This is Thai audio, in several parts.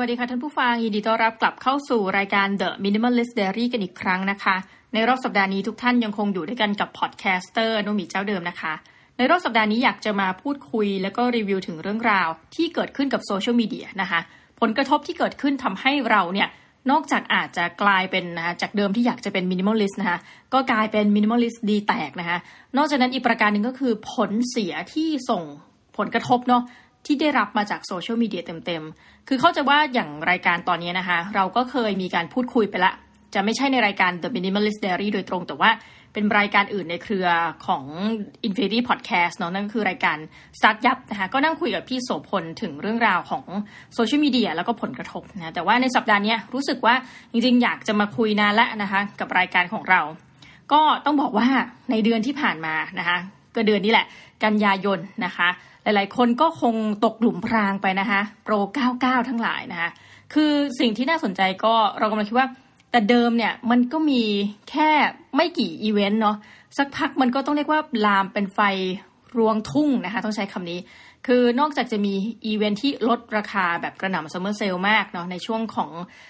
วัสดีค่ะท่านผู้ฟังยินดีต้อนรับกลับเข้าสู่รายการ The Minimalist Diary กันอีกครั้งนะคะในรอบสัปดาห์นี้ทุกท่านยังคงอยู่ด้วยกันกับพอดแคสเตอร์โนมิเจ้าเดิมนะคะในรอบสัปดาห์นี้อยากจะมาพูดคุยแล้วก็รีวิวถึงเรื่องราวที่เกิดขึ้นกับโซเชียลมีเดียนะคะผลกระทบที่เกิดขึ้นทำให้เราเนี่ยนอกจากอาจจะกลายเป็นนะคะจากเดิมที่อยากจะเป็นมินิมอลลิสต์นะคะก็กลายเป็นมินิมอลลิสต์ดีแตกนะคะนอกจากนั้นอีกประการหนึ่งก็คือผลเสียที่ส่งผลกระทบเนาะที่ได้รับมาจากโซเชียลมีเดียเต็มๆคือเข้าใจว่าอย่างรายการตอนนี้นะคะเราก็เคยมีการพูดคุยไปละจะไม่ใช่ในรายการ The Minimalist Diary โดยตรงแต่ว่าเป็นรายการอื่นในเครือของ Infinity Podcast เนาะนั่นก็คือรายการ Start ยับนะคะก็นั่งคุยกับพี่โสพลถึงเรื่องราวของโซเชียลมีเดียแล้วก็ผลกระทบนะแต่ว่าในสัปดาห์นี้รู้สึกว่าจริงๆอยากจะมาคุยนานแล้วนะคะกับรายการของเราก็ต้องบอกว่าในเดือนที่ผ่านมานะคะก็เดือนนี้แหละกันยายนนะคะหลายๆคนก็คงตกหลุมพรางไปนะคะโปร99ทั้งหลายนะคะคือสิ่งที่น่าสนใจก็เรากำลังคิดว่าแต่เดิมเนี่ยมันก็มีแค่ไม่กี่อีเวนต์เนาะสักพักมันก็ต้องเรียกว่าลามเป็นไฟรวงทุ่งนะคะต้องใช้คำนี้คือนอกจากจะมีอีเวนต์ที่ลดราคาแบบกระหน่ำซัมเมอร์เซลมากเนาะในช่วงของ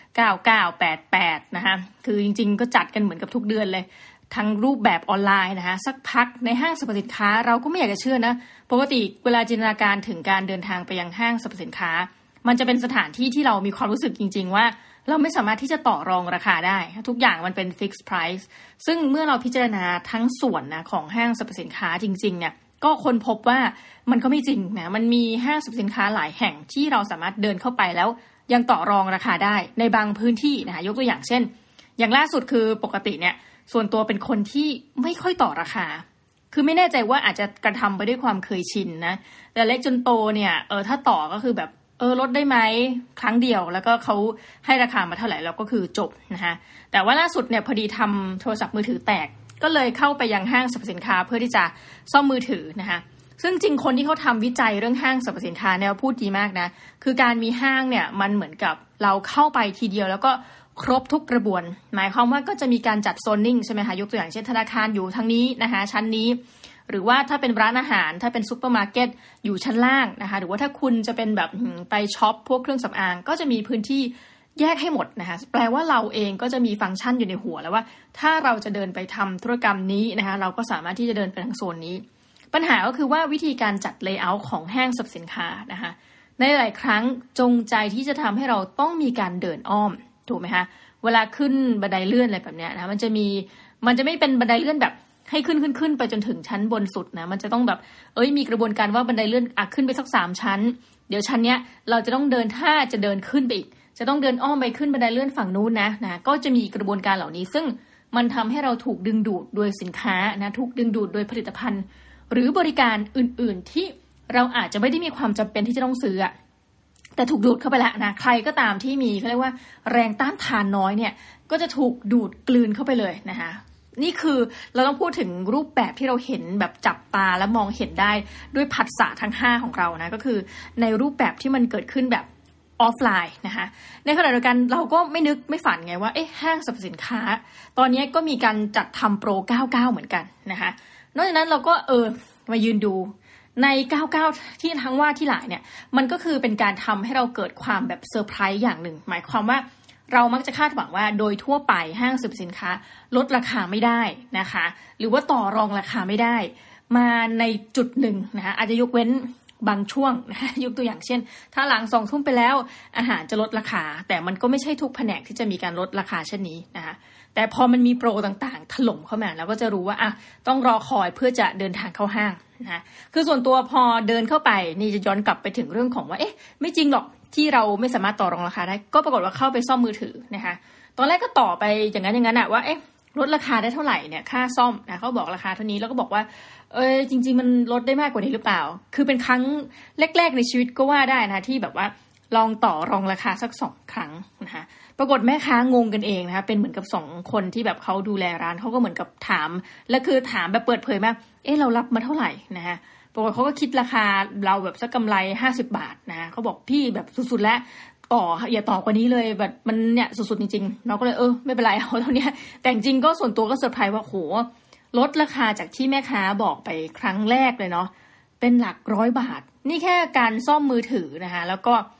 9988นะคะคือจริงๆก็จัดกันเหมือนกับทุกเดือนเลยทั้งรูปแบบออนไลน์นะคะสักพักในห้างสรรพสินค้าเราก็ไม่อยากจะเชื่อนะปกติเวลาจินตนาการถึงการเดินทางไปยังห้างสรรพสินค้ามันจะเป็นสถานที่ที่เรามีความรู้สึกจริงๆว่าเราไม่สามารถที่จะต่อรองราคาได้ทุกอย่างมันเป็น fixed price ซึ่งเมื่อเราพิจารณาทั้งส่วนนะของห้างสรรพสินค้าจริงๆเนี่ยก็ค้นพบว่ามันก็ไม่จริงนะมันมีห้างสรรพสินค้าหลายแห่งที่เราสามารถเดินเข้าไปแล้วยังต่อรองราคาได้ในบางพื้นที่นะคะยกตัวอย่างเช่นอย่างล่าสุดคือปกติเนี่ยส่วนตัวเป็นคนที่ไม่ค่อยต่อราคาคือไม่แน่ใจว่าอาจจะกระทำไปด้วยความเคยชินนะแต่เล็กจนโตเนี่ยถ้าต่อก็คือแบบลดได้ไหมครั้งเดียวแล้วก็เขาให้ราคามาเท่าไหร่แล้วก็คือจบนะคะแต่ว่าล่าสุดเนี่ยพอดีทำโทรศัพท์มือถือแตกก็เลยเข้าไปยังห้างสรรพสินค้าเพื่อที่จะซ่อมมือถือนะคะซึ่งจริงคนที่เขาทำวิจัยเรื่องห้างสรรพสินค้าเนี่ยพูดดีมากนะคือการมีห้างเนี่ยมันเหมือนกับเราเข้าไปทีเดียวแล้วก็ครบทุกกระบวนหมายความว่าก็จะมีการจัดโซนนิ่งใช่ไหมคะยกตัวอย่างเช่นธนาคารอยู่ทางนี้นะคะชั้นนี้หรือว่าถ้าเป็นร้านอาหารถ้าเป็นซุปเปอร์มาร์เก็ตอยู่ชั้นล่างนะคะหรือว่าถ้าคุณจะเป็นแบบไปช็อปพวกเครื่องสำอางก็จะมีพื้นที่แยกให้หมดนะคะแปลว่าเราเองก็จะมีฟังก์ชันอยู่ในหัวแล้วว่าถ้าเราจะเดินไปทำธุรกรรมนี้นะคะเราก็สามารถที่จะเดินไปทางโซนนี้ปัญหาก็คือว่าวิธีการจัดเลเยอร์ของห้างสรรพสินค้านะคะในหลายครั้งจงใจที่จะทำให้เราต้องมีการเดินอ้อมถูกไหมคะเวลาขึ้นบันไดเลื่อนอะไรแบบเนี้ยนะมันจะไม่เป็นบันไดเลื่อนแบบให้ขึ้นไปจนถึงชั้นบนสุดนะมันจะต้องแบบมีกระบวนการว่าบันไดเลื่อนขึ้นไปสัก3ชั้นเดี๋ยวชั้นเนี้ยเราจะต้องเดินถ้าจะเดินขึ้นไปอีกจะต้องเดินอ้อมไปขึ้นบันไดเลื่อนฝั่งนู้นนะก็จะมีกระบวนการเหล่านี้ซึ่งมันทำให้เราถูกดึงดูดโดยสินค้านะถูกดึงดูดโดยผลิตภัณฑ์หรือบริการอื่นๆที่เราอาจจะไม่ได้มีความจำเป็นที่จะต้องซื้อแต่ถูกดูดเข้าไปแล้วนะใครก็ตามที่มีเขาเรียกว่าแรงต้านทานน้อยเนี่ยก็จะถูกดูดกลืนเข้าไปเลยนะคะนี่คือเราต้องพูดถึงรูปแบบที่เราเห็นแบบจับตาและมองเห็นได้ด้วยผัสสะทั้ง5ของเรานะก็คือในรูปแบบที่มันเกิดขึ้นแบบออฟไลน์นะคะในขณะเดียวกันเราก็ไม่นึกไม่ฝันไงว่าห้างสรรพสินค้าตอนนี้ก็มีการจัดทำโปร99เหมือนกันนะคะนอกจากนั้นเราก็มายืนดูใน99ที่ทั้งว่าที่หลายเนี่ยมันก็คือเป็นการทำให้เราเกิดความแบบเซอร์ไพรส์อย่างหนึ่งหมายความว่าเรามักจะคาดหวังว่าโดยทั่วไปห้างสรรพสินค้าลดราคาไม่ได้นะคะหรือว่าต่อรองราคาไม่ได้มาในจุดหนึ่งนะคะอาจจะยกเว้นบางช่วงนะคะยกตัวอย่างเช่นถ้าหลัง2 ทุ่มไปแล้วอาหารจะลดราคาแต่มันก็ไม่ใช่ทุกแผนกที่จะมีการลดราคาเช่นนี้นะคะแต่พอมันมีโปรต่างๆถล่มเข้ามาเราก็จะรู้ว่าต้องรอคอยเพื่อจะเดินทางเข้าห้างนะคือส่วนตัวพอเดินเข้าไปนี่จะย้อนกลับไปถึงเรื่องของว่าไม่จริงหรอกที่เราไม่สามารถต่อรองราคาได้ก็ปรากฏว่าเข้าไปซ่อมมือถือนะคะตอนแรกก็ต่อไปอย่างนั้นว่าลดราคาได้เท่าไหร่เนี่ยค่าซ่อมนะเขาบอกราคาเท่านี้แล้วก็บอกว่าจริงๆมันลดได้มากกว่านี้หรือเปล่าคือเป็นครั้งแรกๆในชีวิตก็ว่าได้นะที่แบบว่าลองต่อรองราคาสัก2 ครั้งนะคะปรากฏแม่ค้างงกันเองนะคะเป็นเหมือนกับ2 คนที่แบบเขาดูแลร้านเขาก็เหมือนกับถามและคือถามแบบเปิดเผยมากเรารับมาเท่าไหร่นะคะปรากฏเขาก็คิดราคาเราแบบสักกำไร50 บาทนะเขาบอกพี่แบบสุดๆแล้วอย่าต่อกว่านี้เลยแบบมันเนี่ยสุดๆจริงๆเราก็เลยไม่เป็นไรเอาเท่านี้แต่จริงก็ส่วนตัวก็เซอร์ไพรส์ว่าโหลดราคาจากที่แม่ค้าบอกไปครั้งแรกเลยเนาะเป็นหลัก100 บาทนี่แค่การซ่อมมือถือนะคะแล้วก็เ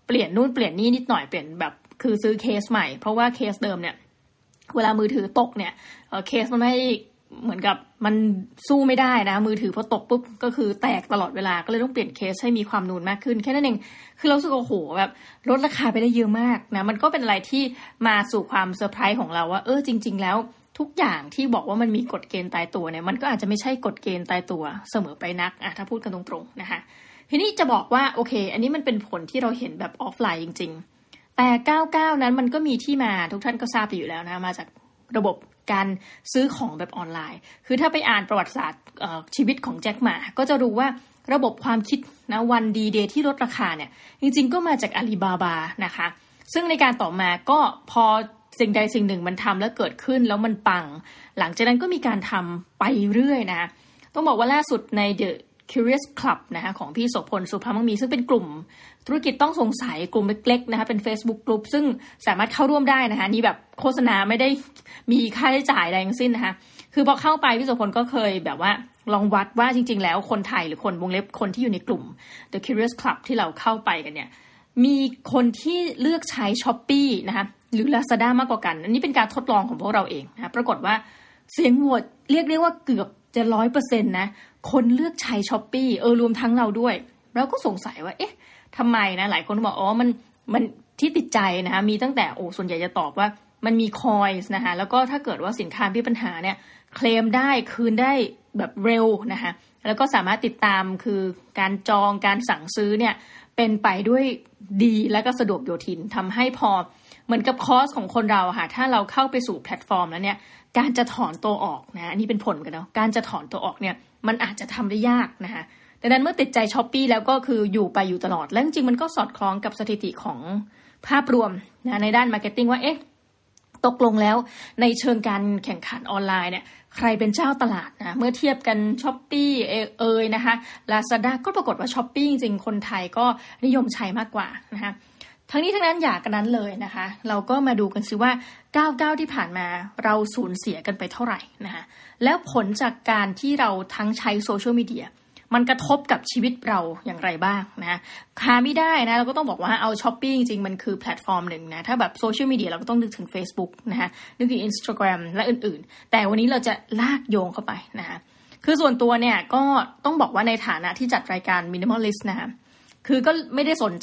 เปลี่ยนนู่นเปลี่ยนนี่นิดหน่อยเปลี่ยนแบบคือซื้อเคสใหม่เพราะว่าเคสเดิมเนี่ยเวลามือถือตกเนี่ยเคสมันไม่เหมือนกับมันสู้ไม่ได้นะมือถือพอตกปุ๊บก็คือแตกตลอดเวลาก็เลยต้องเปลี่ยนเคสให้มีความนูนมากขึ้นแค่นั้นเองคือเรารู้สึกโอ้โหแบบลดราคาไปได้เยอะมากนะมันก็เป็นอะไรที่มาสู่ความเซอร์ไพรส์ของเราว่าจริงๆแล้วทุกอย่างที่บอกว่ามันมีกฎเกณฑ์ตายตัวเนี่ยมันก็อาจจะไม่ใช่กฎเกณฑ์ตายตัวเสมอไปนักถ้าพูดกันตรงๆนะคะทีนี้จะบอกว่าโอเคอันนี้มันเป็นผลที่เราเห็นแบบออฟไลน์จริงๆแต่99นั้นมันก็มีที่มาทุกท่านก็ทราบอยู่แล้วนะมาจากระบบการซื้อของแบบออนไลน์คือถ้าไปอ่านประวัติศาสตร์ชีวิตของแจ็คหม่าก็จะรู้ว่าระบบความคิดนะวันดีเดย์ที่ลดราคาเนี่ยจริงๆก็มาจากอาลีบาบานะคะซึ่งในการต่อมาก็พอสิ่งใดสิ่งหนึ่งมันทำแล้วเกิดขึ้นแล้วมันปังหลังจากนั้นก็มีการทำไปเรื่อยนะต้องบอกว่าล่าสุดใน The Curious Club นะคะของพี่โสพลสุภาพมั่งมีซึ่งเป็นกลุ่มธุรกิจต้องสงสัยกลุ่มเล็กๆนะคะเป็น Facebook Group ซึ่งสามารถเข้าร่วมได้นะคะนี่แบบโฆษณาไม่ได้มีค่าใช้จ่ายอะไรทั้งสิ้นนะคะคือพอเข้าไปพี่โสพลก็เคยแบบว่าลองวัดว่าจริงๆแล้วคนไทยหรือคนวงเล็บคนที่อยู่ในกลุ่ม The Curious Club ที่เราเข้าไปกันเนี่ยมีคนที่เลือกใช้ Shopee นะคะหรือ Lazada มากกว่ากันอันนี้เป็นการทดลองของพวกเราเองนะปรากฏว่าเสียงโหวตเรียกได้ว่าเกือบจะ 100% นะคนเลือกใช้ Shopee รวมทั้งเราด้วยเราก็สงสัยว่าเอ๊ะทำไมนะหลายคนบอกมันที่ติดใจนะคะมีตั้งแต่ส่วนใหญ่จะตอบว่ามันมีคอยส์นะคะแล้วก็ถ้าเกิดว่าสินค้ามีปัญหาเนี่ยเคลมได้คืนได้แบบเร็วนะคะแล้วก็สามารถติดตามคือการจองการสั่งซื้อเนี่ยเป็นไปด้วยดีและก็สะดวกโยทินทำให้พอเหมือนกับคอสของคนเราค่ะถ้าเราเข้าไปสู่แพลตฟอร์มแล้วเนี่ยการจะถอนตัวออกนะอันนี้เป็นผลกันเนาะการจะถอนตัวออกเนี่ยมันอาจจะทำได้ยากนะคะดังนั้นเมื่อติดใจ Shopee แล้วก็คืออยู่ไปอยู่ตลอดและจริงๆมันก็สอดคล้องกับสถิติของภาพรวมนะในด้านมาร์เก็ตติ้งว่าตกลงแล้วในเชิงการแข่งขันออนไลน์เนี่ยใครเป็นเจ้าตลาดนะเมื่อเทียบกัน Shopee นะคะ Lazada ก็ปรากฏว่า Shopee จริงๆคนไทยก็นิยมใช้มากกว่านะคะทั้งนี้ทั้งนั้นอย่ากันนั้นเลยนะคะเราก็มาดูกันซิว่า99ที่ผ่านมาเราสูญเสียกันไปเท่าไหร่นะคะแล้วผลจากการที่เราทั้งใช้โซเชียลมีเดียมันกระทบกับชีวิตเราอย่างไรบ้างนะหาไม่ได้นะเราก็ต้องบอกว่าเอา Shopee จริงๆมันคือแพลตฟอร์มหนึ่งนะถ้าแบบโซเชียลมีเดียเราก็ต้องนึกถึง Facebook นะคะนึกถึง Instagram และอื่นๆแต่วันนี้เราจะลากโยงเข้าไปนะคะคือส่วนตัวเนี่ยก็ต้องบอกว่าในฐานะที่จัดรายการ Minimalist นะคะคือก็ไม่ได้สนใจ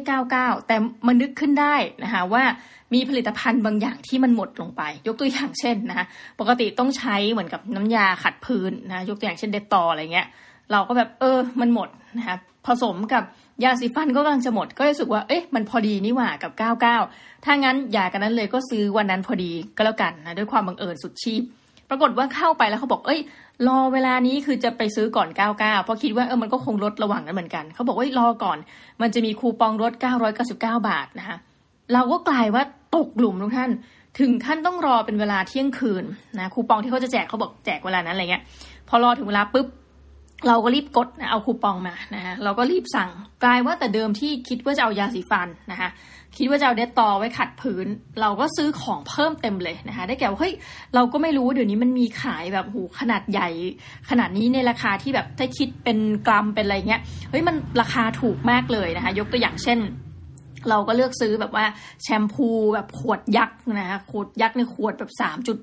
99แต่มันนึกขึ้นได้นะคะว่ามีผลิตภัณฑ์บางอย่างที่มันหมดลงไปยกตัวอย่างเช่นนะคะปกติต้องใช้เหมือนกับน้ำยาขัดพื้นนะยกตัวอย่างเช่นเดตตออะไรเงี้ยเราก็แบบมันหมดนะคะผสมกับยาสีฟันก็กำลังจะหมดก็รู้สึกว่ามันพอดีนี่หว่ากับ99ถ้างั้นอย่ากันนั้นเลยก็ซื้อวันนั้นพอดีก็แล้วกันนะด้วยความบังเอิญสุดชีพปรากฏว่าเข้าไปแล้วเขาบอกรอเวลานี้คือจะไปซื้อก่อน99เพราะคิดว่ามันก็คงลดระหว่างนั้นเหมือนกันเขาบอกว่ารอก่อนมันจะมีคูปองลด999 บาทนะคะเราก็กลายว่าตกหลุมทุกท่านถึงขั้นต้องรอเป็นเวลาเที่ยงคืนนะคูปองที่เขาจะแจกเขาบอกแจกเวลานั้นอะไรเงี้ยพอรอถึงเวลาปุ๊บเราก็รีบกดนะเอาคูปองมานะคะเราก็รีบสั่งกลายว่าแต่เดิมที่คิดว่าจะเอายาสีฟันนะคะคิดว่าจะเอาเดตตอไว้ขัดพื้นเราก็ซื้อของเพิ่มเต็มเลยนะคะได้แก่ว่าเราก็ไม่รู้เดี๋ยวนี้มันมีขายแบบขนาดใหญ่ขนาดนี้ในราคาที่แบบถ้าคิดเป็นกรัมเป็นอะไรเงี้ยมันราคาถูกมากเลยนะคะยกตัวอย่างเช่นเราก็เลือกซื้อแบบว่าแชมพูแบบขวดยักษ์นะคะขวดยักษ์ในขวดแบบ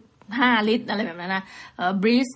3.5 ลิตรอะไรแบบนั้นนะBreeze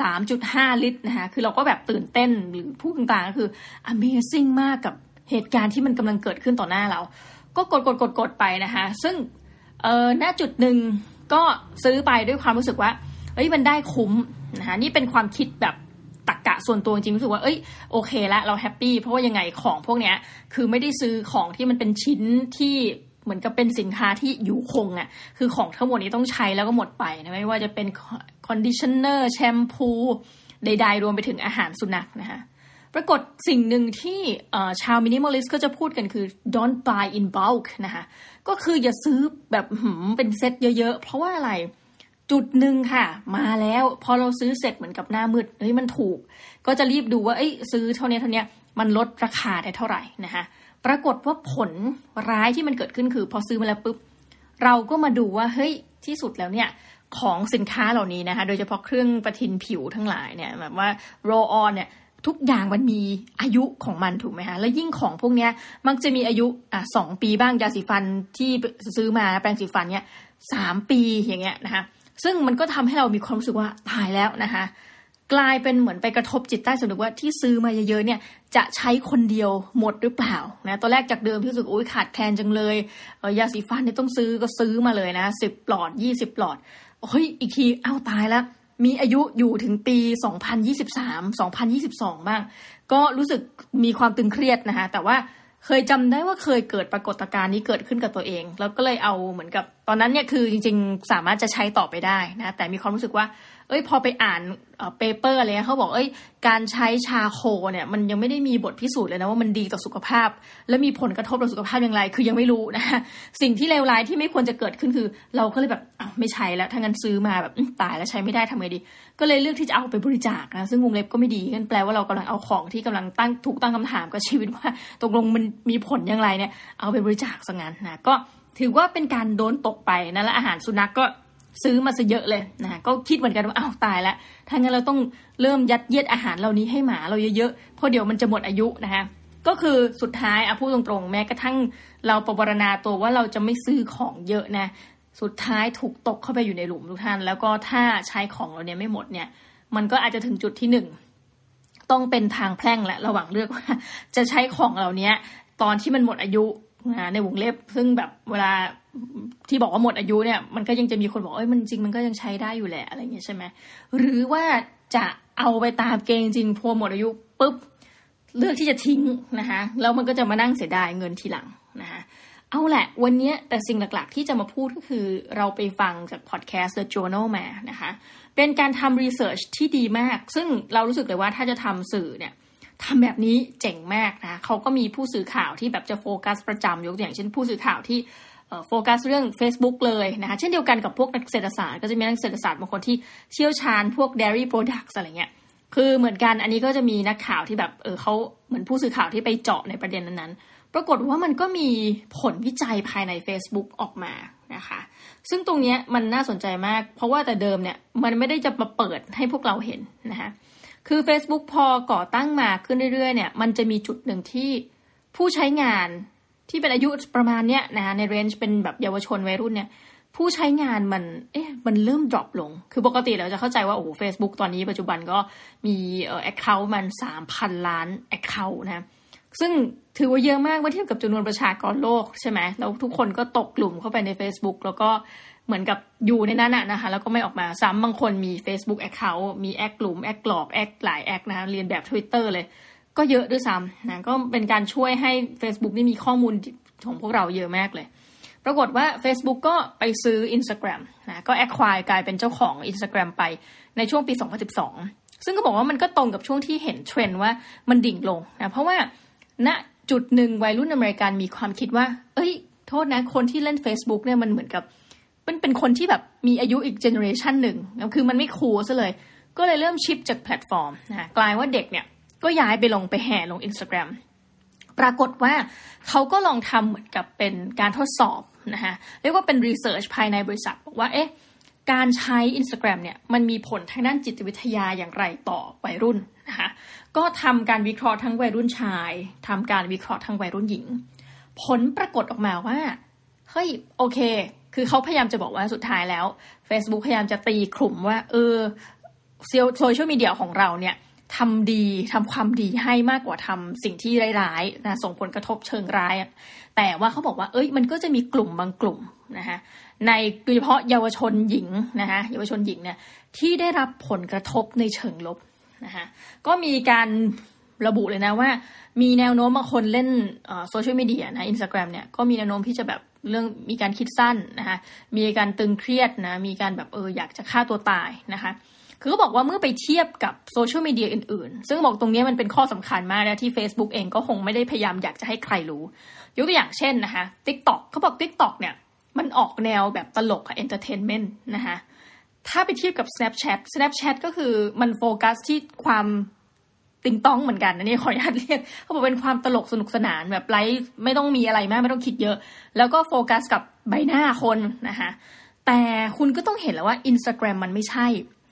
3.5 ลิตรนะคะคือเราก็แบบตื่นเต้นหรือพูดต่างๆก็คือ Amazing มากกับเหตุการณ์ที่มันกำลังเกิดขึ้นต่อหน้าเราก็กดไปนะคะซึ่งณจุดหนึ่งก็ซื้อไปด้วยความรู้สึกว่ามันได้คุ้มนะคะนี่เป็นความคิดแบบตรรกะส่วนตัวจริงๆรู้สึกว่าโอเคละเราแฮปปี้เพราะว่ายังไงของพวกเนี้ยคือไม่ได้ซื้อของที่มันเป็นชิ้นที่เหมือนกับเป็นสินค้าที่อยู่คงคือของทั้งหมดนี้ต้องใช้แล้วก็หมดไปนะไม่ว่าจะเป็นคอนดิชเนอร์แชมพูใดๆรวมไปถึงอาหารสุนัขนะคะปรากฏสิ่งหนึ่งที่ชาวมินิมอลิสต์ก็จะพูดกันคือ don't buy in bulk นะคะก็คืออย่าซื้อแบบเป็นเซตเยอะๆเพราะว่าอะไรจุดหนึ่งค่ะมาแล้วพอเราซื้อเสร็จเหมือนกับหน้ามืดมันถูกก็จะรีบดูว่าซื้อเท่านี้มันลดราคาได้เท่าไหร่นะคะปรากฏว่าผลร้ายที่มันเกิดขึ้นคือพอซื้อมาแล้วปุ๊บเราก็มาดูว่าที่สุดแล้วเนี่ยของสินค้าเหล่านี้นะคะโดยเฉพาะเครื่องประทินผิวทั้งหลายเนี่ยแบบว่า roll on เนี่ยทุกอย่างมันมีอายุของมันถูกไหมคะแล้วยิ่งของพวกเนี้ยมักจะมีอายุ2 ปีบ้างยาสีฟันที่ซื้อมาแปรงสีฟันเนี่ย3 ปีอย่างเงี้ยนะคะซึ่งมันก็ทำให้เรามีความรู้สึกว่าตายแล้วนะคะกลายเป็นเหมือนไปกระทบจิตใต้สำนึกว่าที่ซื้อมาเยอะๆเนี่ยจะใช้คนเดียวหมดหรือเปล่านะตอนแรกจากเดิมที่รู้สึกโอ๊ยขาดแคลนจังเลยยาสีฟันเนี่ยต้องซื้อก็ซื้อมาเลยนะ10 หลอด20 หลอดเฮ้ยอีกทีอ้าวตายแล้วมีอายุอยู่ถึงปี2023 2022บ้างก็รู้สึกมีความตึงเครียดนะคะแต่ว่าเคยจำได้ว่าเคยเกิดปรากฏการณ์นี้เกิดขึ้นกับตัวเองแล้วก็เลยเอาเหมือนกับตอนนั้นเนี่ยคือจริงๆสามารถจะใช้ต่อไปได้นะแต่มีความรู้สึกว่าพอไปอ่านเปเปอร์อะไรเขาบอกการใช้ชาโคเนี่ยมันยังไม่ได้มีบทพิสูจน์เลยนะว่ามันดีต่อสุขภาพและมีผลกระทบต่อสุขภาพอย่างไรคือยังไม่รู้นะสิ่งที่เลวร้ายที่ไม่ควรจะเกิดขึ้นคือเราก็เลยแบบไม่ใช้แล้วถ้างั้นซื้อมาแบบตายแล้วใช้ไม่ได้ทำไงดีก็เลยเลือกที่จะเอาไปบริจาคนะซึ่งวงเล็บก็ไม่ดีนั่นแปลว่าเรากำลังเอาของที่กำลังถูกตั้งคำถามกับชีวิตว่าตกลงมันมีผลอย่างไรเนี่ยเอาไปบริจาคซะงั้นนะก็ถือว่าเป็นการโดนตกไปนะและอาหารสุนัขก็ซื้อมาซะเยอะเลยนะก็คิดเหมือนกันว่าตายแล้วถ้างั้นเราต้องเริ่มยัดเยียดอาหารเหล่านี้ให้หมาเราเยอะๆเพราะเดี๋ยวมันจะหมดอายุนะคะก็คือสุดท้ายพูดตรงๆแม้กระทั่งเราปรารณาตัวว่าเราจะไม่ซื้อของเยอะนะสุดท้ายถูกตกเข้าไปอยู่ในหลุมทุกท่านแล้วก็ถ้าใช้ของเราเนี่ยไม่หมดเนี่ยมันก็อาจจะถึงจุดที่1ต้องเป็นทางแพร่งและระหว่างเลือกว่าจะใช้ของเหล่านี้ตอนที่มันหมดอายุในวงเล็บซึ่งแบบเวลาที่บอกว่าหมดอายุเนี่ยมันก็ยังจะมีคนบอกมันจริงมันก็ยังใช้ได้อยู่แหละอะไรเงี้ยใช่ไหมหรือว่าจะเอาไปตามเกณฑ์จริงพอหมดอายุปุ๊บเลือกที่จะทิ้งนะคะแล้วมันก็จะมานั่งเสียดายเงินทีหลังนะคะเอาแหละวันนี้แต่สิ่งหลักๆที่จะมาพูดก็คือเราไปฟังจากพอดแคสต์ The Journal มานะคะเป็นการทำรีเสิร์ชที่ดีมากซึ่งเรารู้สึกเลยว่าถ้าจะทำสื่อเนี่ยทำแบบนี้เจ๋งมากนะเขาก็มีผู้สื่อข่าวที่แบบจะโฟกัสประจำยกตัวอย่างเช่นผู้สื่อข่าวที่โฟกัสเรื่อง Facebook เลยนะคะเช่นเดียวกันกับพวกนักเศรษฐศาสตร์ก็จะมีนักเศรษฐศาสตร์บางคนที่เชี่ยวชาญพวก dairy products อะไรเงี้ยคือเหมือนกันอันนี้ก็จะมีนักข่าวที่แบบเขาเหมือนผู้สื่อข่าวที่ไปเจาะในประเด็นนั้นๆปรากฏว่ามันก็มีผลวิจัยภายใน Facebook ออกมานะคะซึ่งตรงนี้มันน่าสนใจมากเพราะว่าแต่เดิมเนี่ยมันไม่ได้จะมาเปิดให้พวกเราเห็นนะคะคือ Facebook พอก่อตั้งมาขึ้นเรื่อยๆเนี่ยมันจะมีจุดหนึ่งที่ผู้ใช้งานที่เป็นอายุประมาณเนี้ยนะคะในเรนจ์เป็นแบบเยาวชนวัยรุ่นเนี่ยผู้ใช้งานมันเริ่มดรอปลงคือปกติเราจะเข้าใจว่าFacebook ตอนนี้ปัจจุบันก็มีaccount มัน 3,000 ล้าน account นะซึ่งถือว่าเยอะมากเมื่อเทียบกับจำนวนประชากรโลกใช่ไหมแล้วทุกคนก็ตกกลุ่มเข้าไปใน Facebook แล้วก็เหมือนกับอยู่ในนั้นนะคะแล้วก็ไม่ออกมาซ้ำบางคนมี Facebook account มีแอคกลุ่มแอคหลอกแอคหลายแอคนะเรียนแบบ Twitter เลยก็เยอะด้วยซ้ำนะก็เป็นการช่วยให้ Facebook นี่มีข้อมูลของพวกเราเยอะมากเลยปรากฏว่า Facebook ก็ไปซื้อ Instagram นะก็ acquire กลายเป็นเจ้าของ Instagram ไปในช่วงปี 2012ซึ่งก็บอกว่ามันก็ตรงกับช่วงที่เห็นเทรนด์ว่ามันดิ่งลงนะเพราะว่าณจุดหนึ่งวัยรุ่นอเมริกันมีความคิดว่าโทษนะคนที่เล่น Facebook เนี่ยมันเหมือนกับเป็นคนที่แบบมีอายุอีกเจเนอเรชันหนึ่งคือมันไม่คูลซะเลยก็เลยเริ่มชิปจากแพลตฟอร์มนะกลายว่าเด็กเนี่ยก็ย้ายไปแห่ลง Instagram ปรากฏว่าเขาก็ลองทำเหมือนกับเป็นการทดสอบนะคะเรียกว่าเป็นรีเสิร์ชภายในบริษัทบอกว่าการใช้ Instagram เนี่ยมันมีผลทางด้านจิตวิทยาอย่างไรต่อวัยรุ่นนะคะก็ทำการวิเคราะห์ทั้งวัยรุ่นชายทำการวิเคราะห์ทั้งวัยรุ่นหญิงผลปรากฏออกมาว่าโอเคคือเขาพยายามจะบอกว่าสุดท้ายแล้ว Facebook พยายามจะตีกลุ่มว่าโซเชียลมีเดียของเราเนี่ยทำความดีให้มากกว่าทำสิ่งที่ร้ายๆนะส่งผลกระทบเชิงร้ายแต่ว่าเขาบอกว่ามันก็จะมีกลุ่มบางกลุ่มนะคะในโดยเฉพาะเยาวชนหญิงนะคะเยาวชนหญิงเนี่ยที่ได้รับผลกระทบในเชิงลบนะคะก็มีการระบุเลยนะว่ามีแนวโน้มบางคนเล่นโซเชียลมีเดียนะ Instagram เนี่ยก็มีแนวโน้มที่จะแบบเรื่องมีการคิดสั้นนะคะมีการตึงเครียดนะมีการแบบอยากจะฆ่าตัวตายนะคะคือเขาบอกว่าเมื่อไปเทียบกับโซเชียลมีเดียอื่นๆซึ่งบอกตรงนี้มันเป็นข้อสำคัญมากนะที่ Facebook เองก็คงไม่ได้พยายามอยากจะให้ใครรู้ยกตัวอย่างเช่นนะคะ TikTok เขาบอก TikTok เนี่ยมันออกแนวแบบตลกค่ะ entertainment นะคะถ้าไปเทียบกับ Snapchat ก็คือมันโฟกัสที่ความติงต้องเหมือนกันนะนี่ขออนุญาตเรียกเขาบอกเป็นความตลกสนุกสนานแบบไร้ไม่ต้องมีอะไรมากไม่ต้องคิดเยอะแล้วก็โฟกัสกับใบหน้าคนนะคะแต่คุณก็ต้องเห็นแล้วว่า Instagram มันไม่ใช่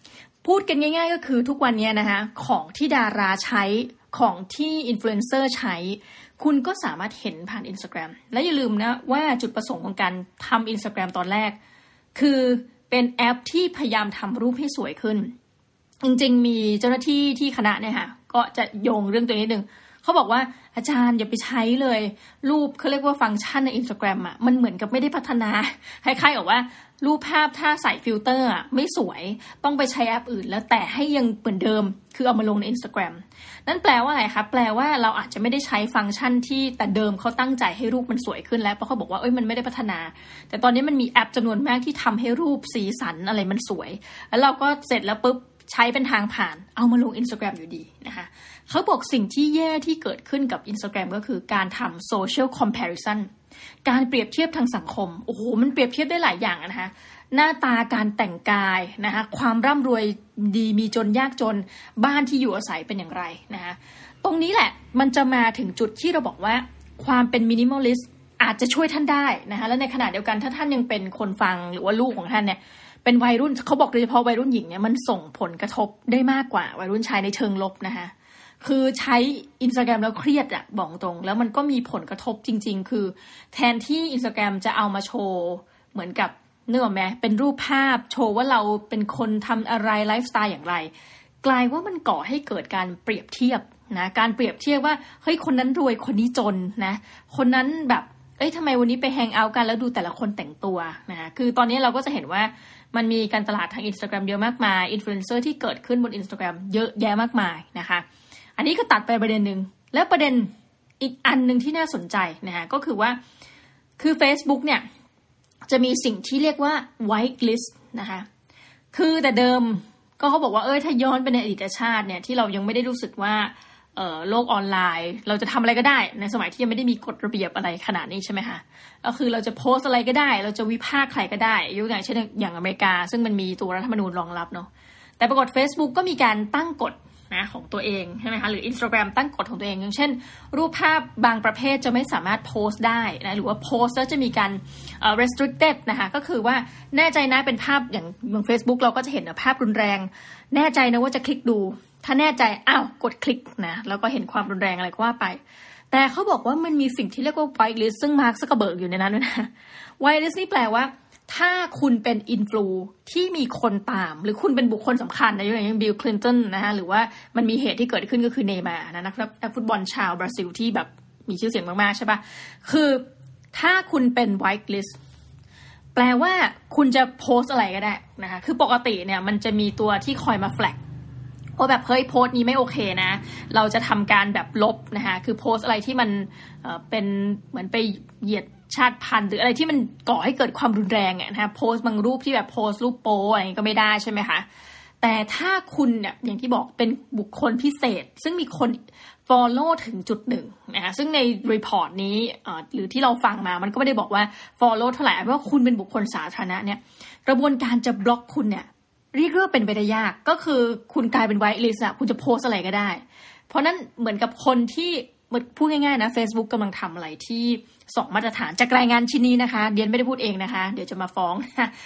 พูดกันง่ายๆก็คือทุกวันนี้นะคะของที่ดาราใช้ของที่อินฟลูเอนเซอร์ใช้คุณก็สามารถเห็นผ่าน Instagram และอย่าลืมนะว่าจุดประสงค์ของการทำ Instagram ตอนแรกคือเป็นแอปที่พยายามทำรูปให้สวยขึ้นจริงๆมีเจ้าหน้าที่ที่คณะเนี่ยค่ะก็จะโยงเรื่องตัวนี้นิดนึงเขาบอกว่าอาจารย์อย่าไปใช้เลยรูปเขาเรียกว่าฟังก์ชันใน Instagram อ่ะมันเหมือนกับไม่ได้พัฒนาคล้ายๆกับว่ารูปภาพถ้าใส่ฟิลเตอร์อ่ะไม่สวยต้องไปใช้แอปอื่นแล้วแต่ให้ยังเหมือนเดิมคือเอามาลงใน Instagram นั่นแปลว่าอะไรคะแปลว่าเราอาจจะไม่ได้ใช้ฟังก์ชันที่แต่เดิมเขาตั้งใจให้รูปมันสวยขึ้นแล้วเพราะเขาบอกว่ามันไม่ได้พัฒนาแต่ตอนนี้มันมีแอปจำนวนมากที่ทำให้รูปสีสันอะไรมันสวยแล้วเราก็เสร็จแล้วปุ๊บใช้เป็นทางผ่านเอามาลง Instagram อยู่ดีนะคะเขาบอกสิ่งที่แย่ที่เกิดขึ้นกับ Instagram ก็คือการทำ social comparison การเปรียบเทียบทางสังคมโอ้โหมันเปรียบเทียบได้หลายอย่างนะคะหน้าตาการแต่งกายนะคะความร่ำรวยดีมีจนยากจนบ้านที่อยู่อาศัยเป็นอย่างไรนะคะตรงนี้แหละมันจะมาถึงจุดที่เราบอกว่าความเป็น minimalist อาจจะช่วยท่านได้นะคะและในขณะเดียวกันถ้าท่านยังเป็นคนฟังหรือว่าลูกของท่านเนี่ยเป็นวัยรุ่นเขาบอกโดยเฉพาะวัยรุ่นหญิงเนี่ยมันส่งผลกระทบได้มากกว่าวัยรุ่นชายในเชิงลบนะคะคือใช้ Instagram แล้วเครียดอะบอกตรงแล้วมันก็มีผลกระทบจริงๆคือแทนที่ Instagram จะเอามาโชว์เหมือนกับเนื้อไหมเป็นรูปภาพโชว์ว่าเราเป็นคนทำอะไรไลฟ์สไตล์อย่างไรกลายว่ามันก่อให้เกิดการเปรียบเทียบนะการเปรียบเทียบว่าเฮ้ยคนนั้นรวยคนนี้จนนะคนนั้นแบบทำไมวันนี้ไปแฮงเอาท์กันแล้วดูแต่ละคนแต่งตัวนะคือตอนนี้เราก็จะเห็นว่ามันมีการตลาดทาง Instagram เยอะมากมายอินฟลูเอนเซอร์ที่เกิดขึ้นบน Instagram เยอะแยะมากมายนะคะอันนี้ก็ตัดไปประเด็นนึงแล้วประเด็นอีกอันนึงที่น่าสนใจนะคะก็คือว่าคือ Facebook เนี่ยจะมีสิ่งที่เรียกว่า white list นะคะคือแต่เดิมก็เขาบอกว่าถ้าย้อนไปในอดีตชาติเนี่ยที่เรายังไม่ได้รู้สึกว่าโลกออนไลน์เราจะทำอะไรก็ได้ในสมัยที่ยังไม่ได้มีกฎระเบียบอะไรขนาดนี้ใช่ไหมคะก็คือเราจะโพสอะไรก็ได้เราจะวิพากษ์ใครก็ได้ยกตัวอย่างเช่นอย่างอเมริกาซึ่งมันมีตัวรัฐธรรมนูญรองรับเนาะแต่ปรากฏ Facebook ก็มีการตั้งกฎนะของตัวเองใช่ไหมคะหรือ Instagram ตั้งกฎของตัวเองอย่างเช่นรูปภาพบางประเภทจะไม่สามารถโพสต์ได้นะหรือว่าโพสต์แล้วจะมีการrestricted นะคะก็คือว่าแน่ใจนะเป็นภาพอย่าง Facebook เราก็จะเห็นภาพรุนแรงแน่ใจนะว่าจะคลิกดูถ้าแน่ใจกดคลิกนะแล้วก็เห็นความรุนแรงอะไรก็ว่าไปแต่เขาบอกว่ามันมีสิ่งที่เรียกว่า white list ซึ่งมาร์ค ซักเคอร์เบิร์กอยู่ในนั้นด้วยนะ white list นี่แปลว่าถ้าคุณเป็นอินฟลูที่มีคนตามหรือคุณเป็นบุคคลสำคัญนะอย่างบิล คลินตันนะคะหรือว่ามันมีเหตุที่เกิดขึ้นก็คือเนย์มาร์นักฟุตบอลชาวบราซิลที่แบบมีชื่อเสียงมากๆใช่ปะคือถ้าคุณเป็น white list แปลว่าคุณจะโพสอะไรก็ได้นะคะคือปกติเนี่ยมันจะมีตัวที่คอยมาแฟลกว่าแบบเฮ้ยโพสต์นี้ไม่โอเคนะเราจะทำการแบบลบนะคะคือโพสต์อะไรที่มันเป็นเหมือนไปเหยียดชาติพันธุ์หรืออะไรที่มันก่อให้เกิดความรุนแรงนะคะโพสต์บางรูปที่แบบโพสต์รูปโป๊อะไรก็ไม่ได้ใช่ไหมคะแต่ถ้าคุณเนี่ยอย่างที่บอกเป็นบุคคลพิเศษซึ่งมีคน follow ถึงจุดหนึ่งนะคะซึ่งในรีพอร์ตนี้หรือที่เราฟังมามันก็ไม่ได้บอกว่า follow เท่าไหร่เพราะว่าคุณเป็นบุคคลสาธารณะเนี่ยกระบวนการจะบล็อกคุณเนี่ยเรียกว่าเป็นไปได้ยากก็คือคุณกลายเป็นไวท์ลิสต์อะคุณจะโพสอะไรก็ได้เพราะนั้นเหมือนกับคนที่พูดง่ายๆนะ Facebook กำลังทำอะไรที่2มาตรฐานจากรายงานชิ้นนี้นะคะเดียนไม่ได้พูดเองนะคะเดี๋ยวจะมาฟ้อง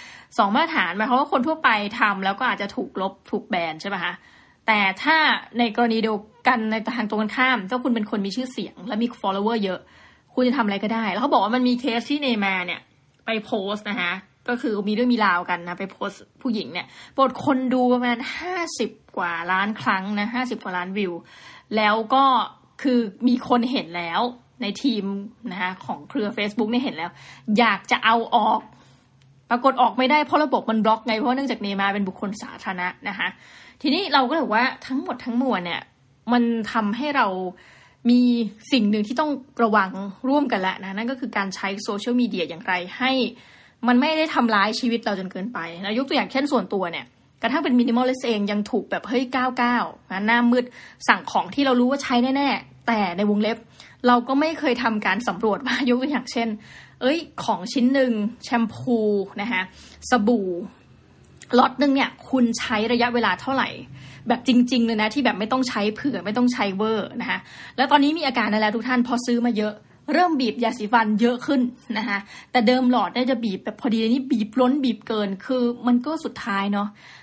2มาตรฐานหมายความว่าคนทั่วไปทำแล้วก็อาจจะถูกลบถูกแบนใช่ไหมคะแต่ถ้าในกรณีเดียวกันในทางตรงกันข้ามถ้าคุณเป็นคนมีชื่อเสียงและมี follower เยอะคุณจะทำอะไรก็ได้แล้วเขาบอกว่ามันมีเคสที่เนย์มาร์เนี่ยไปโพสต์นะคะก็คือมีเรื่องมีราวกันนะไปโพสต์ผู้หญิงเนี่ยโปรดคนดูประมาณ50กว่าล้านครั้งนะ50กว่าล้านวิวแล้วก็คือมีคนเห็นแล้วในทีมนะคะของเครือ Facebook เนี่ยเห็นแล้วอยากจะเอาออกปรากฏออกไม่ได้เพราะระบบมันบล็อกไงเพราะเนื่องจากเนย์มาร์เป็นบุคคลสาธารณะนะคะทีนี้เราก็เลยว่าทั้งหมดทั้งมวลเนี่ยมันทำให้เรามีสิ่งหนึ่งที่ต้องระวังร่วมกันแล้วนะนั่นก็คือการใช้โซเชียลมีเดียอย่างไรให้มันไม่ได้ทำร้ายชีวิตเราจนเกินไปนะยกตัวอย่างเช่นส่วนตัวเนี่ยกระทั่งเป็นมินิมอลลิสต์เองยังถูกแบบเฮ้ย99นะหน้ามืดสั่งของที่เรารู้ว่าใช้แน่ๆแต่ในวงเล็บเราก็ไม่เคยทำการสำรวจว่ายกตัวอย่างเช่นของชิ้นหนึ่งแชมพูนะคะสบู่ล็อตนึงเนี่ยคุณใช้ระยะเวลาเท่าไหร่แบบจริงๆเลยนะที่แบบไม่ต้องใช้เผื่อไม่ต้องใช้เวอร์นะคะแล้วตอนนี้มีอาการอะไรทุกท่านพอซื้อมาเยอะเริ่มบีบยาสีฟันเยอะขึ้นนะคะแต่เดิมหลอดได้จะบีบแบบพอดีนี่บีบล้นบีบเกินคือมันก็สุดท้ายเนาะ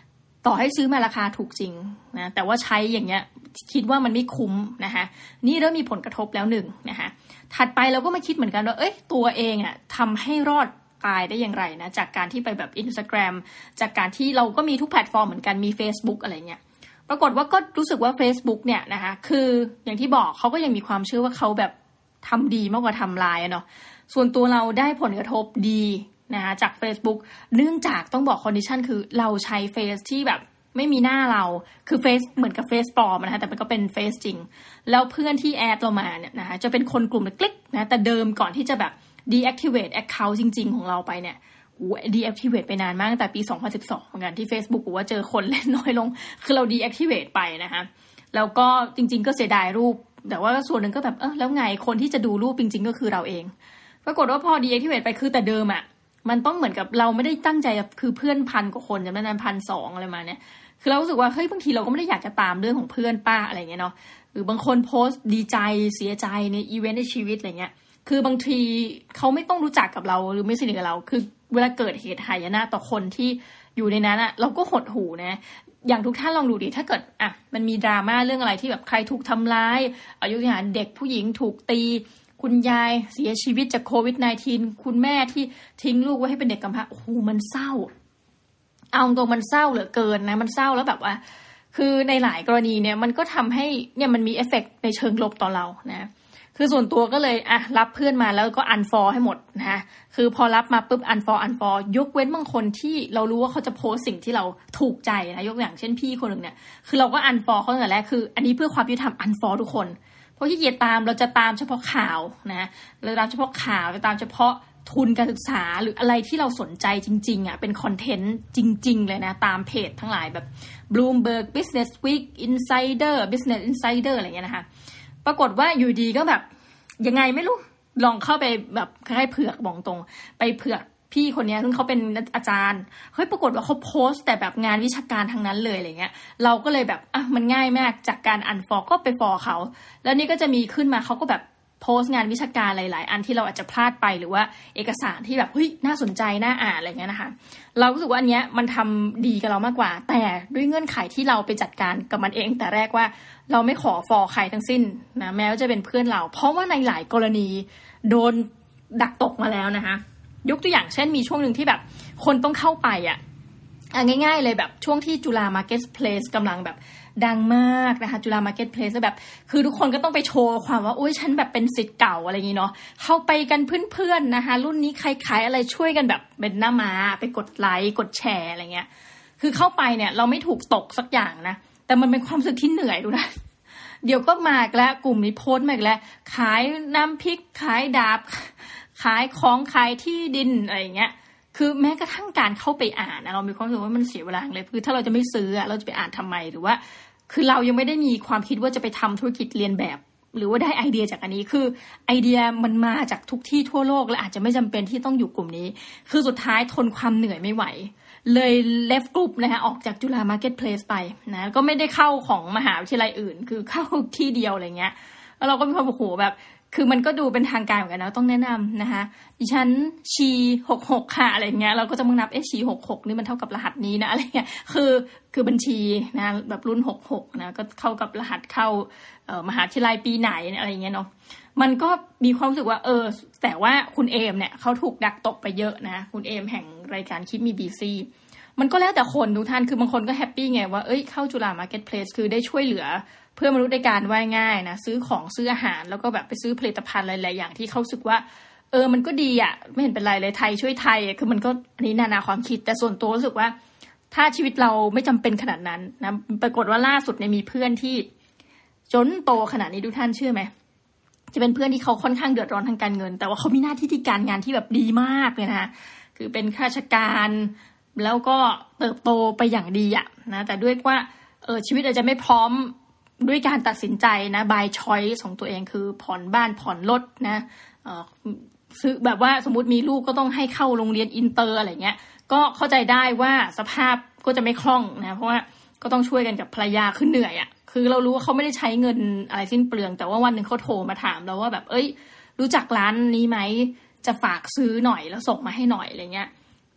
ต่อให้ซื้อมาราคาถูกจริงนะแต่ว่าใช้อย่างเงี้ยคิดว่ามันไม่คุ้มนะคะนี่เริ่มมีผลกระทบแล้วหนึ่งนะคะถัดไปเราก็มาคิดเหมือนกันว่าตัวเองอ่ะทำให้รอดตายได้อย่างไรนะจากการที่ไปแบบ Instagram จากการที่เราก็มีทุกแพลตฟอร์มเหมือนกันมี Facebook อะไรเงี้ยปรากฏว่าก็รู้สึกว่า Facebook เนี่ยนะคะคืออย่างที่บอกเขาก็ยังมีความเชื่อว่าเขาแบบทำดีมากกว่าทำลายเนาะส่วนตัวเราได้ผลกระทบดีนะคะจาก Facebook เนื่องจากต้องบอกคอนดิชันคือเราใช้เฟซที่แบบไม่มีหน้าเราคือเฟซเหมือนกับเฟซปลอมนะคะแต่มันก็เป็นเฟซจริงแล้วเพื่อนที่แอดเรามาเนี่ยนะคะจะเป็นคนกลุ่มเล็กๆนะแต่เดิมก่อนที่จะแบบ deactivate account จริงๆของเราไปเนี่ยdeactivate ไปนานมากตั้งแต่ปี2012เหมือนกันที่ Facebook บอกว่าเจอคนเล่นน้อยลงคือเรา deactivate ไปนะคะแล้วก็จริงๆก็เสียดายรูปแต่ว่าส่วนหนึ่งก็แบบแล้วไงคนที่จะดูรูปจริงๆก็คือเราเองปรากฏว่าพอ deactivate ไปคือแต่เดิมอ่ะมันต้องเหมือนกับเราไม่ได้ตั้งใจคือเพื่อน1,000 กว่าคนจำได้นั้น 1,200 อะไรมาเนี่ยคือเรารู้สึกว่าเฮ้ยบางทีเราก็ไม่ได้อยากจะตามเรื่องของเพื่อนป้าอะไรเงี้ยเนาะหรือบางคนโพสต์ดีใจเสียใจในอีเวนต์ในชีวิตอะไรเงี้ยคือบางทีเขาไม่ต้องรู้จักกับเราหรือไม่สนิทกับเราคือเวลาเกิดเหตุหายนะต่อคนที่อยู่ในนั้นอะเราก็หดหูนะอย่างทุกท่านลองดูดิถ้าเกิดมันมีดราม่าเรื่องอะไรที่แบบใครถูกทำร้ายยกตัวอย่างเด็กผู้หญิงถูกตีคุณยายเสียชีวิตจากโควิด -19 คุณแม่ที่ทิ้งลูกไว้ให้เป็นเด็กกำพร้าโอ้โหมันเศร้าเอาตรงมันเศร้าเหลือเกินนะมันเศร้าแล้วแบบว่าคือในหลายกรณีเนี่ยมันก็ทำให้เนี่ยมันมีเอฟเฟกต์ในเชิงลบต่อเรานะคือส่วนตัวก็เลยรับเพื่อนมาแล้วก็ unfollow ให้หมดนะคือพอรับมาปุ๊บ unfollow ยกเว้นบางคนที่เรารู้ว่าเขาจะโพสสิ่งที่เราถูกใจนะยกอย่างเช่นพี่คนหนึ่งเนี่ยคือเราก็ unfollow เขาตั้งแต่แรกคืออันนี้เพื่อความยุติธรรม unfollow ทุกคนเพราะที่เกียรตามเราจะตามเฉพาะข่าวนะเราตามเฉพาะข่าวจะตามเฉพาะทุนการศึกษาหรืออะไรที่เราสนใจจริงๆเป็นคอนเทนต์จริงๆเลยนะตามเพจทั้งหลายแบบ Bloomberg Business Week Insider Business Insider อะไรเงี้ยนะคะปรากฏว่าอยู่ดีก็แบบยังไงไม่รู้ลองเข้าไปแบบคล้ายๆเผือกบอกตรงไปเผือกพี่คนนี้ซึ่งเขาเป็นอาจารย์เฮ้ยปรากฏว่าเขาโพสต์แต่แบบงานวิชาการทั้งนั้นเลยอะไรเงี้ยเราก็เลยแบบมันง่ายมากจากการอันฟอลก็ไปฟอลเขาแล้วนี่ก็จะมีขึ้นมาเขาก็แบบโพสต์งานวิชาการหลายๆอันที่เราอาจจะพลาดไปหรือว่าเอกสารที่แบบเฮ้ยน่าสนใจน่าอ่านอะไรเงี้ยนะคะเรารู้สึกว่าอันเนี้ยมันทำดีกับเรามากกว่าแต่ด้วยเงื่อนไขที่เราไปจัดการกับมันเองแต่แรกว่าเราไม่ขอฟอลใครทั้งสิ้นนะแม้ว่าจะเป็นเพื่อนเราเพราะว่าในหลายกรณีโดนดักตกมาแล้วนะคะยกตัวอย่างเช่นมีช่วงหนึ่งที่แบบคนต้องเข้าไปง่ายๆเลยแบบช่วงที่จุฬามาร์เก็ตเพลสกำลังแบบดังมากนะคะจุฬามาร์เก็ตเพลสแบบคือทุกคนก็ต้องไปโชว์ความว่าโอ๊ยฉันแบบเป็นศิษย์เก่าอะไรอย่างนี้เนาะเข้าไปกันเพื่อนๆนะคะรุ่นนี้ใครขายอะไรช่วยกันแบบเป็นหน้าม้าไปกดไลค์กดแชร์อะไรเงี้ยคือเข้าไปเนี่ยเราไม่ถูกตกสักอย่างนะแต่มันเป็นความรู้สึกที่เหนื่อยดูนะเดี๋ยวก็มาอีกแล้วกลุ่มนี้โพสต์มาอีกแล้วขายน้ำพริกขายดาบขายของขายที่ดินอะไรอย่างเงี้ยคือแม้กระทั่งการเข้าไปอ่านเรามีความรู้สึกว่ามันเสียเวลาเลยคือถ้าเราจะไม่ซื้อเราจะไปอ่านทำไมหรือว่าคือเรายังไม่ได้มีความคิดว่าจะไปทำธุรกิจเรียนแบบหรือว่าได้ไอเดียจากอันนี้คือไอเดียมันมาจากทุกที่ทั่วโลกและอาจจะไม่จำเป็นที่ต้องอยู่กลุ่มนี้คือสุดท้ายทนความเหนื่อยไม่ไหวเลยเลฟกรุ๊ปนะคะออกจากจุฬามาร์เก็ตเพลสไปนะก็ไม่ได้เข้าของมหาวิทยาลัยอื่นคือเข้าที่เดียวอะไรเงี้ยแล้วเราก็มีความโอ้โหแบบคือมันก็ดูเป็นทางการเหมือนกันนะต้องแนะนำนะคะดิฉันชี66ค่ะอะไรเงี้ยเราก็จะมานับชี66นี่มันเท่ากับรหัสนี้นะอะไรเงี้ยคือบัญชีนะแบบรุ่น66นะก็เข้ากับรหัสเข้ามหาวิทยาลัยปีไหนอะไรเงี้ยเนาะมันก็มีความรู้สึกว่าแต่ว่าคุณเอมเนี่ยเขาถูกดักตกไปเยอะนะคุณเอมแห่งรายการคิดมีบีซีมันก็แล้วแต่คนทุกท่านคือบางคนก็แฮปปี้ไงว่าเข้าจุฬามาร์เก็ตเพลสคือได้ช่วยเหลือเพื่อมนุษย์ในการว่ายง่ายนะซื้อของซื้ออาหารแล้วก็แบบไปซื้อผลิตภัณฑ์หลายๆอย่างที่เขาสึกว่ามันก็ดีไม่เห็นเป็นไรเลยไทยช่วยไทยคือมันก็อันนี้นานาความคิดแต่ส่วนตัวรู้สึกว่าถ้าชีวิตเราไม่จำเป็นขนาดนั้นนะปรากฏว่าล่าสุดเนี่ยมีเพื่อนที่จนโตขนาดนี้ทุกท่านเชื่อไหมจะเป็นเพื่อนที่เขาค่อนข้างเดือดร้อนทางการเงินแต่ว่าเขามีหน้าที่การงานที่แบบดีมากเลยนะคือเป็นข้าราชการแล้วก็เติบโตไปอย่างดีนะแต่ด้วยว่าชีวิตอาจจะไม่พร้อมด้วยการตัดสินใจนะ by choice ของตัวเองคือผ่อนบ้านผ่อนรถนะซื้อแบบว่าสมมุติมีลูกก็ต้องให้เข้าโรงเรียนอินเตอร์อะไรเงี้ยก็เข้าใจได้ว่าสภาพก็จะไม่คล่องนะเพราะว่าก็ต้องช่วยกันกับภรรยาคือเหนื่อยคือเรารู้ว่าเขาไม่ได้ใช้เงินอะไรสิ้นเปลืองแต่ว่าวันนึงเขาโทรมาถามเราว่าแบบรู้จักร้านนี้ไหมจะฝากซื้อหน่อยแล้วส่งมาให้หน่อยอะไรเงี้ย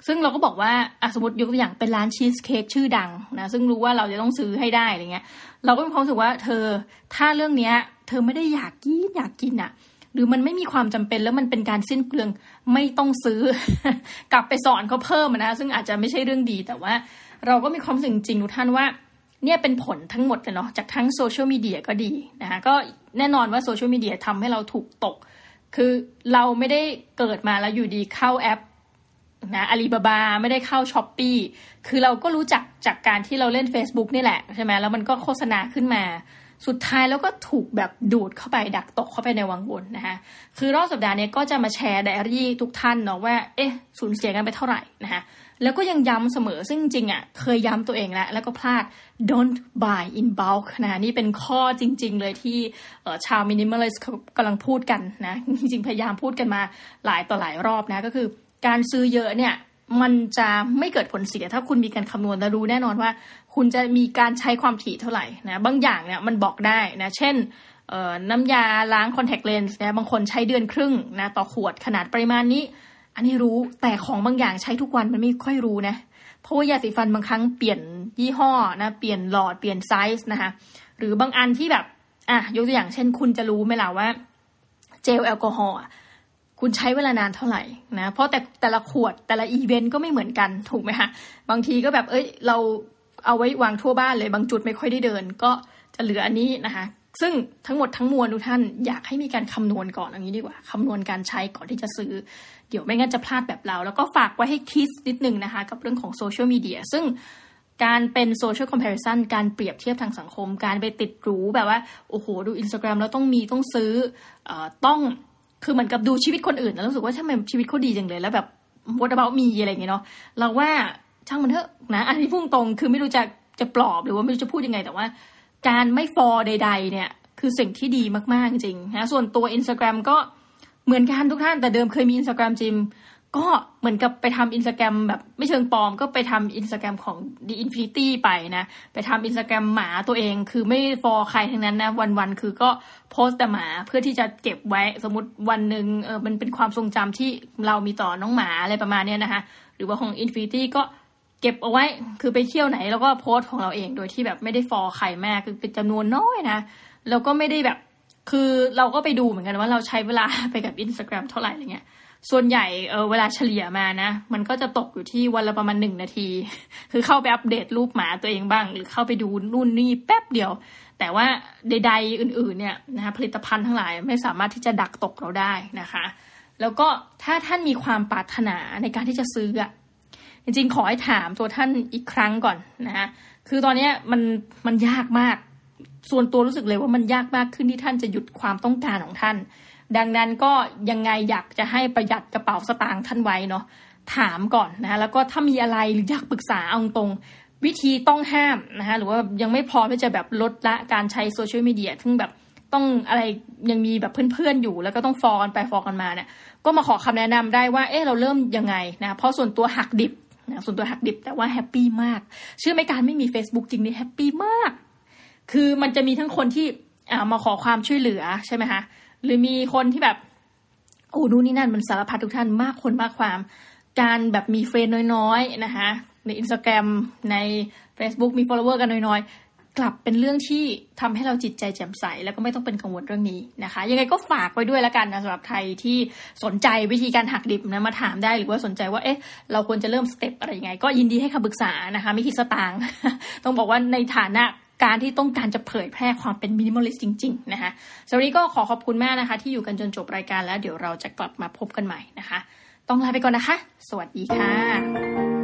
ซึ่งเราก็บอกว่าสมมติยกตัวอย่างเป็นร้านชีสเค้กชื่อดังนะซึ่งรู้ว่าเราจะต้องซื้อให้ได้อะไรเงี้ยเราก็มีความรู้สึกว่าเธอถ้าเรื่องเนี้ยเธอไม่ได้อยากกินอ่ะหรือมันไม่มีความจำเป็นแล้วมันเป็นการสิ้นเปลืองไม่ต้องซื้อ กลับไปสอนเขาเพิ่มนะซึ่งอาจจะไม่ใช่เรื่องดีแต่ว่าเราก็มีความรู้สึกจริงๆทุกท่านว่าเนี่ยเป็นผลทั้งหมดเลยเนาะจากทั้งโซเชียลมีเดียก็ดีนะคะก็แน่นอนว่าโซเชียลมีเดียทำให้เราถูกตกคือเราไม่ได้เกิดมาแล้วอยู่ดีเข้าแอปนะอาลีบาบาไม่ได้เข้า Shopee คือเราก็รู้จักจากการที่เราเล่น Facebook นี่แหละใช่ไหมแล้วมันก็โฆษณาขึ้นมาสุดท้ายแล้วก็ถูกแบบดูดเข้าไปดักตกเข้าไปในวังวนนะคะคือรอบสัปดาห์นี้ก็จะมาแชร์ไดอารี่ทุกท่านเนาะว่าสูญเสียกันไปเท่าไหร่นะคะแล้วก็ยังย้ำเสมอซึ่งจริงเคยย้ำตัวเองแล้วก็พลาด don't buy in bulk นะนี่เป็นข้อจริงๆเลยที่ชาว minimalist กำลังพูดกันนะจริงๆพยายามพูดกันมาหลายต่อหลายรอบนะก็คือการซื้อเยอะเนี่ยมันจะไม่เกิดผลเสียถ้าคุณมีการคำนวณและรู้แน่นอนว่าคุณจะมีการใช้ความถี่เท่าไหร่นะบางอย่างเนี่ยมันบอกได้นะเช่นน้ำยาล้าง contact lens นะบางคนใช้เดือนครึ่งนะต่อขวดขนาดปริมาณนี้อันนี้รู้แต่ของบางอย่างใช้ทุกวันมันไม่ค่อยรู้นะเพราะว่ายาสีฟันบางครั้งเปลี่ยนยี่ห้อนะเปลี่ยนหลอดเปลี่ยนไซส์นะคะหรือบางอันที่แบบยกตัวอย่างเช่นคุณจะรู้ไหมล่ะว่าเจลแอลกอฮอล์คุณใช้เวลานานเท่าไหร่นะเพราะแต่ละขวดแต่ละอีเวนต์ก็ไม่เหมือนกันถูกไหมคะบางทีก็แบบเราเอาไว้วางทั่วบ้านเลยบางจุดไม่ค่อยได้เดินก็จะเหลืออันนี้นะคะซึ่งทั้งหมดทั้งมวลทุกท่านอยากให้มีการคำนวณก่อนอย่างนี้ดีกว่าคำนวณการใช้ก่อนที่จะซื้อเดี๋ยวไม่งั้นจะพลาดแบบเราแล้วก็ฝากไว้ให้คิดนิดนึงนะคะกับเรื่องของโซเชียลมีเดียซึ่งการเป็นโซเชียลคอมเพลชันการเปรียบเทียบทางสังคมการไปติดหรูแบบว่าโอ้โหดู Instagram แล้วต้องซื้อต้องคือเหมือนกับดูชีวิตคนอื่นแล้วรู้สึกว่าทำไมชีวิตเขาดีจังเลยแล้วแบบ what about me อะไรอย่างเงี้ยเนาะเราว่าช่างมันเถอะนะอันนี้พุ่งตรงคือไม่รู้จะปลอบหรือว่าไม่รู้จะพูดยังไงแต่ว่าการไม่ฟอลใดๆเนี่ยคือสิ่งที่ดีมากๆจริงนะส่วนตัว Instagram ก็เหมือนกันทุกท่านแต่เดิมเคยมี Instagram จริงก็เหมือนกับไปทำ Instagram แบบไม่เชิงปลอมก็ไปทำ Instagram ของ The Infinity ไปนะไปทำ Instagram หมาตัวเองคือไม่ฟอลใครทั้งนั้นนะวันๆคือก็โพสต์แต่หมาเพื่อที่จะเก็บไว้สมมติวันหนึ่งมันเป็นความทรงจำที่เรามีต่อน้องหมาอะไรประมาณนี้นะคะหรือว่าของ Infinity ก็เก็บเอาไว้คือไปเที่ยวไหนแล้วก็โพสต์ของเราเองโดยที่แบบไม่ได้ฟอลใครมากคือเป็นจำนวนน้อยนะแล้วก็ไม่ได้แบบคือเราก็ไปดูเหมือนกันว่าเราใช้เวลาไปกับ Instagram เท่าไหร่อะไรเงี้ยส่วนใหญ่เวลาเฉลี่ยมานะมันก็จะตกอยู่ที่วันละประมาณ1 นาทีคือเข้าไปอัปเดตรูปหมาตัวเองบ้างหรือเข้าไปดูนู่นนี่แป๊บเดียวแต่ว่าใดๆอื่นๆเนี่ยนะคะผลิตภัณฑ์ทั้งหลายไม่สามารถที่จะดักตกเราได้นะคะแล้วก็ถ้าท่านมีความปรารถนาในการที่จะซื้อจริงๆขอให้ถามตัวท่านอีกครั้งก่อนนะคะคือตอนนี้มันยากมากส่วนตัวรู้สึกเลยว่ามันยากมากขึ้นที่ท่านจะหยุดความต้องการของท่านดังนั้นก็ยังไงอยากจะให้ประหยัดกระเป๋าสตางค์ท่านไว้เนาะถามก่อนนะคะแล้วก็ถ้ามีอะไรหรืออยากปรึกษาเอาตรงวิธีต้องห้ามนะคะหรือว่ายังไม่พร้อมที่จะแบบลดละการใช้โซเชียลมีเดียซึ่งแบบต้องอะไรยังมีแบบเพื่อนๆอยู่แล้วก็ต้องฟอลกันไปฟอลกันมาเนี่ยก็มาขอคำแนะนำได้ว่าเราเริ่มยังไงนะเพราะส่วนตัวหักดิบนะส่วนตัวหักดิบแต่ว่าแฮปปี้มากเชื่อไหมการไม่มี Facebook จริงนี่แฮปปี้มากคือมันจะมีทั้งคนที่มาขอความช่วยเหลือใช่ไหมคะหรือมีคนที่แบบนู่นนี่นั่นมันสารพัดทุกท่านมากคนมากความการแบบมีเฟรนด์น้อยๆนะคะใน Instagram ใน Facebook มี follower กันน้อยๆกลับเป็นเรื่องที่ทำให้เราจิตใจแจ่มใสแล้วก็ไม่ต้องเป็นกังวลเรื่องนี้นะคะยังไงก็ฝากไว้ด้วยแล้วกันนะสำหรับใครที่สนใจวิธีการหักดิบนะมาถามได้หรือว่าสนใจว่าเราควรจะเริ่มสเต็ปอะไรยังไงก็ยินดีให้คำปรึกษานะคะไม่คิดสตางค์ ต้องบอกว่าในฐานะการที่ต้องการจะเผยแพร่ความเป็นมินิมอลิสต์จริงๆนะคะสวัสดีก็ขอบคุณมากนะคะที่อยู่กันจนจบรายการแล้วเดี๋ยวเราจะกลับมาพบกันใหม่นะคะต้องลาไปก่อนนะคะสวัสดีค่ะ